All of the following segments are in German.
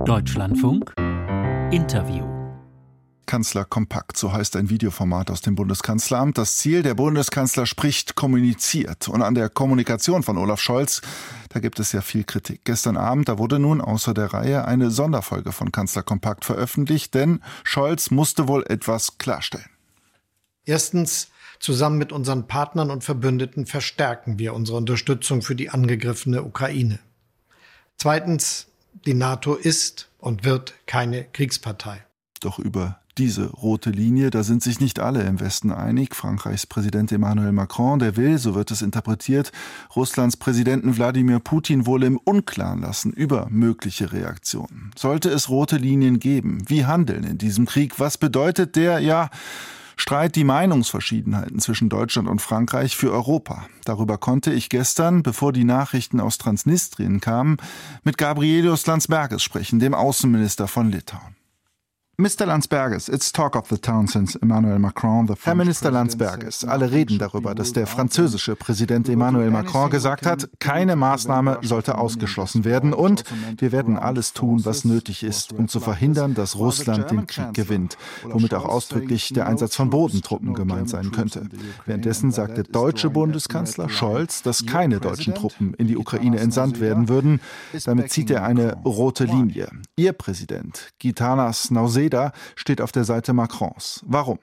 Deutschlandfunk Interview. Kanzlerkompakt, so heißt ein Videoformat aus dem Bundeskanzleramt. Das Ziel, der Bundeskanzler spricht, kommuniziert. Und an der Kommunikation von Olaf Scholz, da gibt es ja viel Kritik. Gestern Abend, da wurde nun außer der Reihe eine Sonderfolge von Kanzlerkompakt veröffentlicht, denn Scholz musste wohl etwas klarstellen. Erstens, zusammen mit unseren Partnern und Verbündeten verstärken wir unsere Unterstützung für die angegriffene Ukraine. Zweitens, die NATO ist und wird keine Kriegspartei. Doch über diese rote Linie, da sind sich nicht alle im Westen einig. Frankreichs Präsident Emmanuel Macron, der will, so wird es interpretiert, Russlands Präsidenten Wladimir Putin wohl im Unklaren lassen über mögliche Reaktionen. Sollte es rote Linien geben? Wie handeln in diesem Krieg? Was bedeutet der, Streit, die Meinungsverschiedenheiten zwischen Deutschland und Frankreich für Europa? Darüber konnte ich gestern, bevor die Nachrichten aus Transnistrien kamen, mit Gabrielius Landsbergis sprechen, dem Außenminister von Litauen. Mr. Landsbergis, it's talk of the town since Emmanuel Macron, Herr Minister Landsbergis, alle reden darüber, dass der französische Präsident Emmanuel Macron gesagt hat, keine Maßnahme sollte ausgeschlossen werden und wir werden alles tun, was nötig ist, um zu verhindern, dass Russland den Krieg gewinnt, womit auch ausdrücklich der Einsatz von Bodentruppen gemeint sein könnte. Währenddessen sagt der deutsche Bundeskanzler Scholz, dass keine deutschen Truppen in die Ukraine entsandt werden würden. Damit zieht er eine rote Linie. Ihr Präsident, Gitanas Nausėda, steht auf der Seite Macrons. Warum?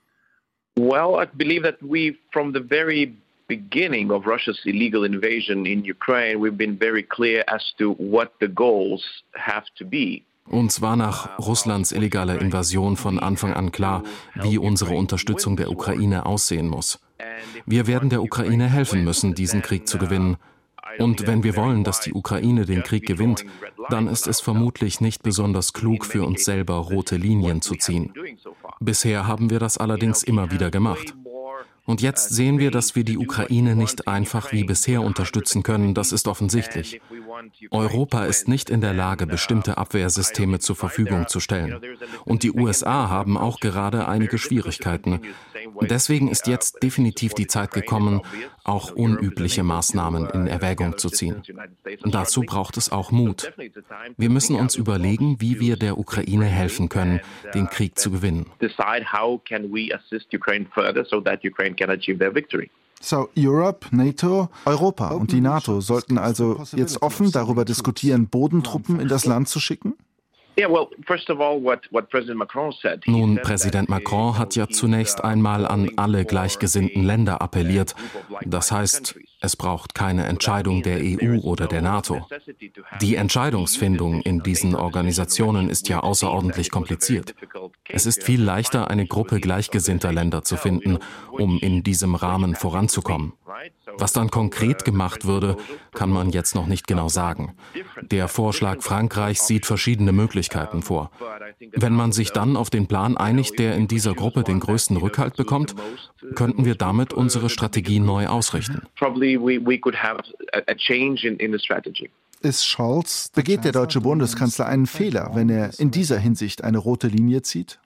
Well, I believe that we, from the very beginning of Russia's illegal invasion in Ukraine, we've been very clear as to what the goals have to be. Uns war nach Russlands illegaler Invasion von Anfang an klar, wie unsere Unterstützung der Ukraine aussehen muss. Wir werden der Ukraine helfen müssen, diesen Krieg zu gewinnen. Und wenn wir wollen, dass die Ukraine den Krieg gewinnt, dann ist es vermutlich nicht besonders klug für uns selber, rote Linien zu ziehen. Bisher haben wir das allerdings immer wieder gemacht. Und jetzt sehen wir, dass wir die Ukraine nicht einfach wie bisher unterstützen können, das ist offensichtlich. Europa ist nicht in der Lage, bestimmte Abwehrsysteme zur Verfügung zu stellen. Und die USA haben auch gerade einige Schwierigkeiten. Deswegen ist jetzt definitiv die Zeit gekommen, auch unübliche Maßnahmen in Erwägung zu ziehen. Und dazu braucht es auch Mut. Wir müssen uns überlegen, wie wir der Ukraine helfen können, den Krieg zu gewinnen. So, Europe, NATO, Europa und die NATO sollten also jetzt offen darüber diskutieren, Bodentruppen in das Land zu schicken? Nun, Präsident Macron hat ja zunächst einmal an alle gleichgesinnten Länder appelliert. Das heißt, es braucht keine Entscheidung der EU oder der NATO. Die Entscheidungsfindung in diesen Organisationen ist ja außerordentlich kompliziert. Es ist viel leichter, eine Gruppe gleichgesinnter Länder zu finden, um in diesem Rahmen voranzukommen. Was dann konkret gemacht würde, kann man jetzt noch nicht genau sagen. Der Vorschlag Frankreichs sieht verschiedene Möglichkeiten vor. Wenn man sich dann auf den Plan einigt, der in dieser Gruppe den größten Rückhalt bekommt, könnten wir damit unsere Strategie neu ausrichten. Ist Scholz, begeht der deutsche Bundeskanzler einen Fehler, wenn er in dieser Hinsicht eine rote Linie zieht?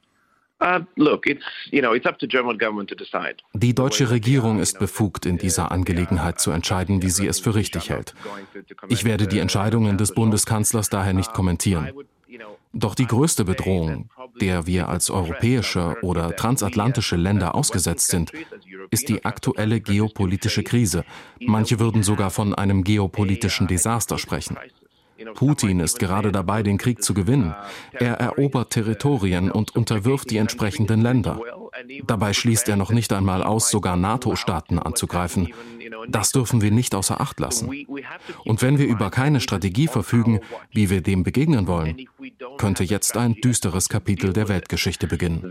Die deutsche Regierung ist befugt, in dieser Angelegenheit zu entscheiden, wie sie es für richtig hält. Ich werde die Entscheidungen des Bundeskanzlers daher nicht kommentieren. Doch die größte Bedrohung, der wir als europäische oder transatlantische Länder ausgesetzt sind, ist die aktuelle geopolitische Krise. Manche würden sogar von einem geopolitischen Desaster sprechen. Putin ist gerade dabei, den Krieg zu gewinnen. Er erobert Territorien und unterwirft die entsprechenden Länder. Dabei schließt er noch nicht einmal aus, sogar NATO-Staaten anzugreifen. Das dürfen wir nicht außer Acht lassen. Und wenn wir über keine Strategie verfügen, wie wir dem begegnen wollen, könnte jetzt ein düsteres Kapitel der Weltgeschichte beginnen.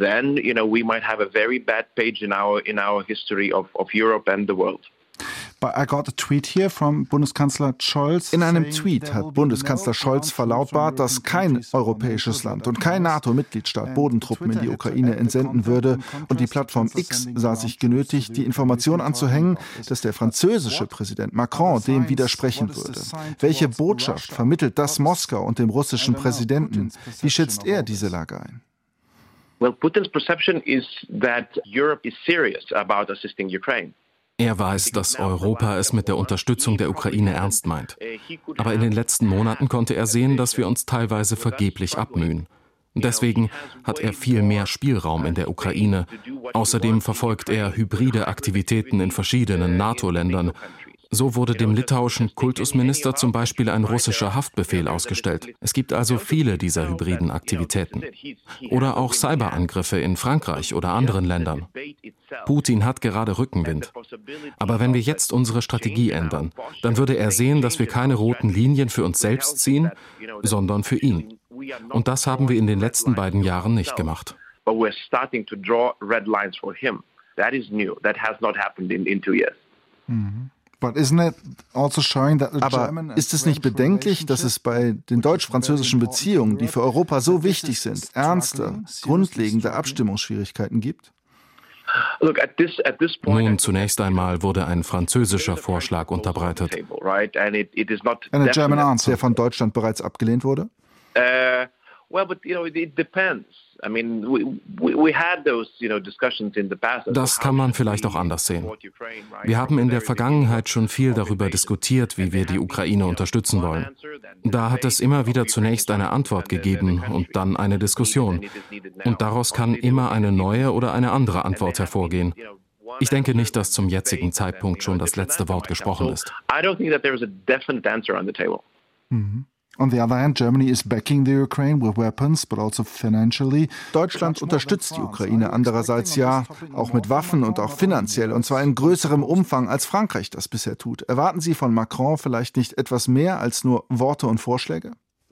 I got a tweet here from Bundeskanzler Scholz. In einem Tweet hat Bundeskanzler Scholz verlautbart, dass kein europäisches Land und kein NATO-Mitgliedstaat Bodentruppen in die Ukraine entsenden würde. Und die Plattform X sah sich genötigt, die Information anzuhängen, dass der französische Präsident Macron dem widersprechen würde. Welche Botschaft vermittelt das Moskau und dem russischen Präsidenten? Wie schätzt er diese Lage ein? Well, Putin's perception is that Europe is serious about assisting Ukraine. Er weiß, dass Europa es mit der Unterstützung der Ukraine ernst meint. Aber in den letzten Monaten konnte er sehen, dass wir uns teilweise vergeblich abmühen. Deswegen hat er viel mehr Spielraum in der Ukraine. Außerdem verfolgt er hybride Aktivitäten in verschiedenen NATO-Ländern. So wurde dem litauischen Kultusminister zum Beispiel ein russischer Haftbefehl ausgestellt. Es gibt also viele dieser hybriden Aktivitäten. Oder auch Cyberangriffe in Frankreich oder anderen Ländern. Putin hat gerade Rückenwind. Aber wenn wir jetzt unsere Strategie ändern, dann würde er sehen, dass wir keine roten Linien für uns selbst ziehen, sondern für ihn. Und das haben wir in den letzten beiden Jahren nicht gemacht. Aber ist es nicht bedenklich, dass es bei den deutsch-französischen Beziehungen, die für Europa so wichtig sind, ernste, grundlegende Abstimmungsschwierigkeiten gibt? Nun, zunächst einmal wurde ein französischer Vorschlag unterbreitet. Eine German Answer, der von Deutschland bereits abgelehnt wurde? Das kann man vielleicht auch anders sehen. Wir haben in der Vergangenheit schon viel darüber diskutiert, wie wir die Ukraine unterstützen wollen. Da hat es immer wieder zunächst eine Antwort gegeben und dann eine Diskussion. Und daraus kann immer eine neue oder eine andere Antwort hervorgehen. Ich denke nicht, dass zum jetzigen Zeitpunkt schon das letzte Wort gesprochen ist. On the other hand, Germany is backing the Ukraine with weapons, but also financially. Deutschland unterstützt die Ukraine andererseits ja auch mit Waffen und auch finanziell, und zwar in größerem Umfang, als Frankreich das bisher tut. Erwarten Sie von Macron vielleicht nicht etwas mehr als nur Worte und Vorschläge?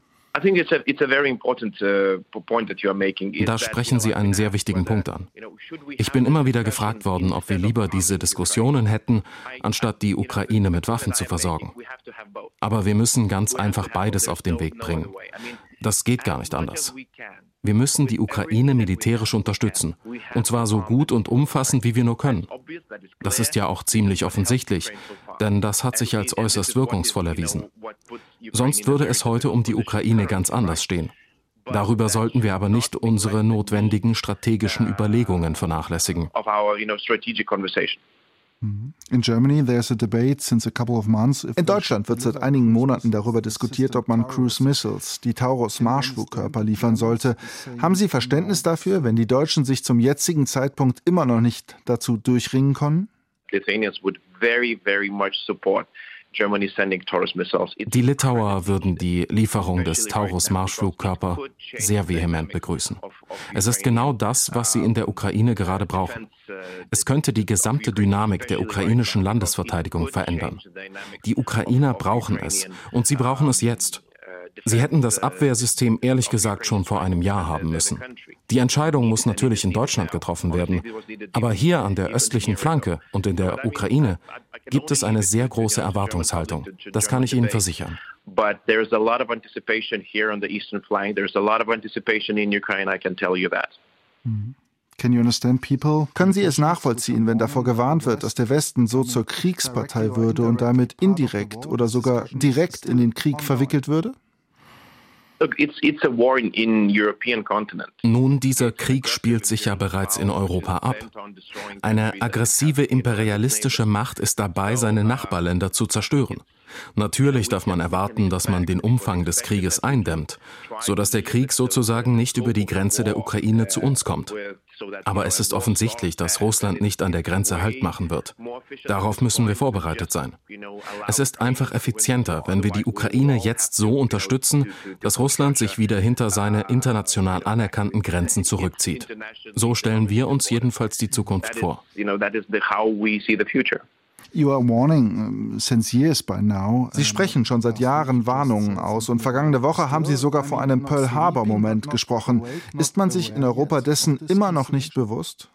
Da sprechen Sie einen sehr wichtigen Punkt an. Ich bin immer wieder gefragt worden, ob wir lieber diese Diskussionen hätten, anstatt die Ukraine mit Waffen zu versorgen. Aber wir müssen ganz einfach beides auf den Weg bringen. Das geht gar nicht anders. Wir müssen die Ukraine militärisch unterstützen, und zwar so gut und umfassend, wie wir nur können. Das ist ja auch ziemlich offensichtlich, denn das hat sich als äußerst wirkungsvoll erwiesen. Sonst würde es heute um die Ukraine ganz anders stehen. Darüber sollten wir aber nicht unsere notwendigen strategischen Überlegungen vernachlässigen. In Germany, there's a debate since a couple of months. In Deutschland wird seit einigen Monaten darüber diskutiert, ob man Cruise Missiles, die Taurus-Marschflugkörper, liefern sollte. Haben Sie Verständnis dafür, wenn die Deutschen sich zum jetzigen Zeitpunkt immer noch nicht dazu durchringen können? Die Litauer würden die Lieferung des Taurus-Marschflugkörper sehr vehement begrüßen. Es ist genau das, was sie in der Ukraine gerade brauchen. Es könnte die gesamte Dynamik der ukrainischen Landesverteidigung verändern. Die Ukrainer brauchen es, und sie brauchen es jetzt. Sie hätten das Abwehrsystem ehrlich gesagt schon vor einem Jahr haben müssen. Die Entscheidung muss natürlich in Deutschland getroffen werden. Aber hier an der östlichen Flanke und in der Ukraine gibt es eine sehr große Erwartungshaltung. Das kann ich Ihnen versichern. Can you understand people? Können Sie es nachvollziehen, wenn davor gewarnt wird, dass der Westen so zur Kriegspartei würde und damit indirekt oder sogar direkt in den Krieg verwickelt würde? Nun, dieser Krieg spielt sich ja bereits in Europa ab. Eine aggressive imperialistische Macht ist dabei, seine Nachbarländer zu zerstören. Natürlich darf man erwarten, dass man den Umfang des Krieges eindämmt, sodass der Krieg sozusagen nicht über die Grenze der Ukraine zu uns kommt. Aber es ist offensichtlich, dass Russland nicht an der Grenze Halt machen wird. Darauf müssen wir vorbereitet sein. Es ist einfach effizienter, wenn wir die Ukraine jetzt so unterstützen, dass Russland sich wieder hinter seine international anerkannten Grenzen zurückzieht. So stellen wir uns jedenfalls die Zukunft vor. You are warning since years by now. Sie sprechen schon seit Jahren Warnungen aus, und vergangene Woche haben Sie sogar von einem Pearl Harbor-Moment gesprochen. Ist man sich in Europa dessen immer noch nicht bewusst?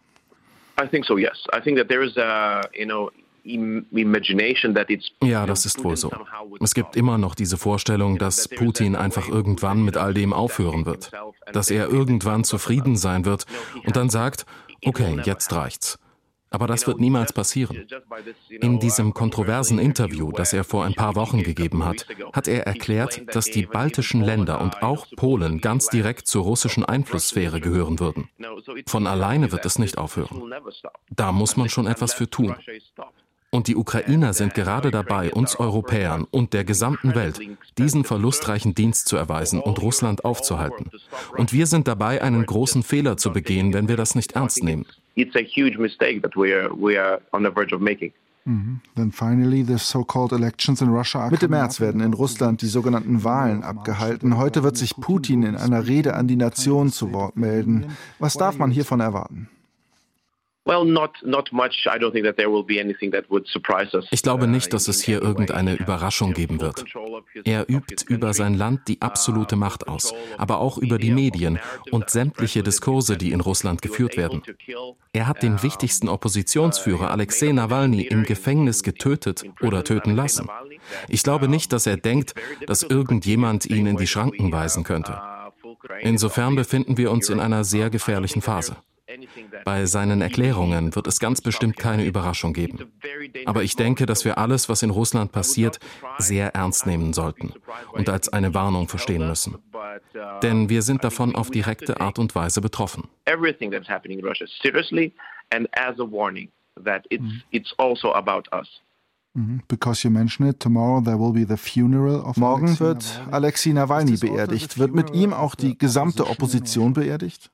Ja, das ist wohl so. Es gibt immer noch diese Vorstellung, dass Putin einfach irgendwann mit all dem aufhören wird. Dass er irgendwann zufrieden sein wird und dann sagt, okay, jetzt reicht's. Aber das wird niemals passieren. In diesem kontroversen Interview, das er vor ein paar Wochen gegeben hat, hat er erklärt, dass die baltischen Länder und auch Polen ganz direkt zur russischen Einflusssphäre gehören würden. Von alleine wird es nicht aufhören. Da muss man schon etwas für tun. Und die Ukrainer sind gerade dabei, uns Europäern und der gesamten Welt diesen verlustreichen Dienst zu erweisen und Russland aufzuhalten. Und wir sind dabei, einen großen Fehler zu begehen, wenn wir das nicht ernst nehmen. It's a huge mistake that we are on the verge of making. Then finally, the so-called elections in Russia. Mitte März werden in Russland die sogenannten Wahlen abgehalten. Heute wird sich Putin in einer Rede an die Nation zu Wort melden. Was darf man hiervon erwarten? Well, not much. I don't think that there will be anything that would surprise us. Ich glaube nicht, dass es hier irgendeine Überraschung geben wird. Er übt über sein Land die absolute Macht aus, aber auch über die Medien und sämtliche Diskurse, die in Russland geführt werden. Er hat den wichtigsten Oppositionsführer Alexei Nawalny im Gefängnis getötet oder töten lassen. Ich glaube nicht, dass er denkt, dass irgendjemand ihn in die Schranken weisen könnte. Insofern befinden wir uns in einer sehr gefährlichen Phase. Bei seinen Erklärungen wird es ganz bestimmt keine Überraschung geben. Aber ich denke, dass wir alles, was in Russland passiert, sehr ernst nehmen sollten und als eine Warnung verstehen müssen. Denn wir sind davon auf direkte Art und Weise betroffen. Everything that's happening in Russia seriously and as a warning that it's also about us. Because you mentioned it, tomorrow there will be the funeral of Morgen wird Alexei Nawalny beerdigt. Wird mit ihm auch die gesamte Opposition beerdigt?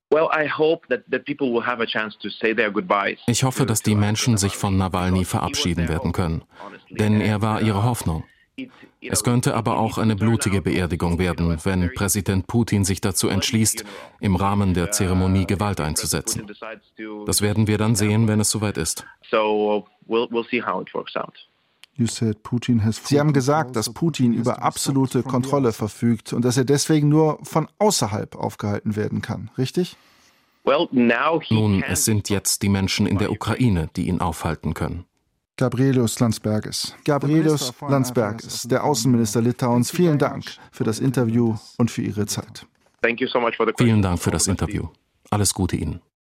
Ich hoffe, dass die Menschen sich von Nawalny verabschieden werden können, denn er war ihre Hoffnung. Es könnte aber auch eine blutige Beerdigung werden, wenn Präsident Putin sich dazu entschließt, im Rahmen der Zeremonie Gewalt einzusetzen. Das werden wir dann sehen, wenn es soweit ist. Sie haben gesagt, dass Putin über absolute Kontrolle verfügt und dass er deswegen nur von außerhalb aufgehalten werden kann, richtig? Nun, es sind jetzt die Menschen in der Ukraine, die ihn aufhalten können. Gabrielius Landsbergis, der Außenminister Litauens, vielen Dank für das Interview und für Ihre Zeit. Vielen Dank für das Interview. Alles Gute Ihnen.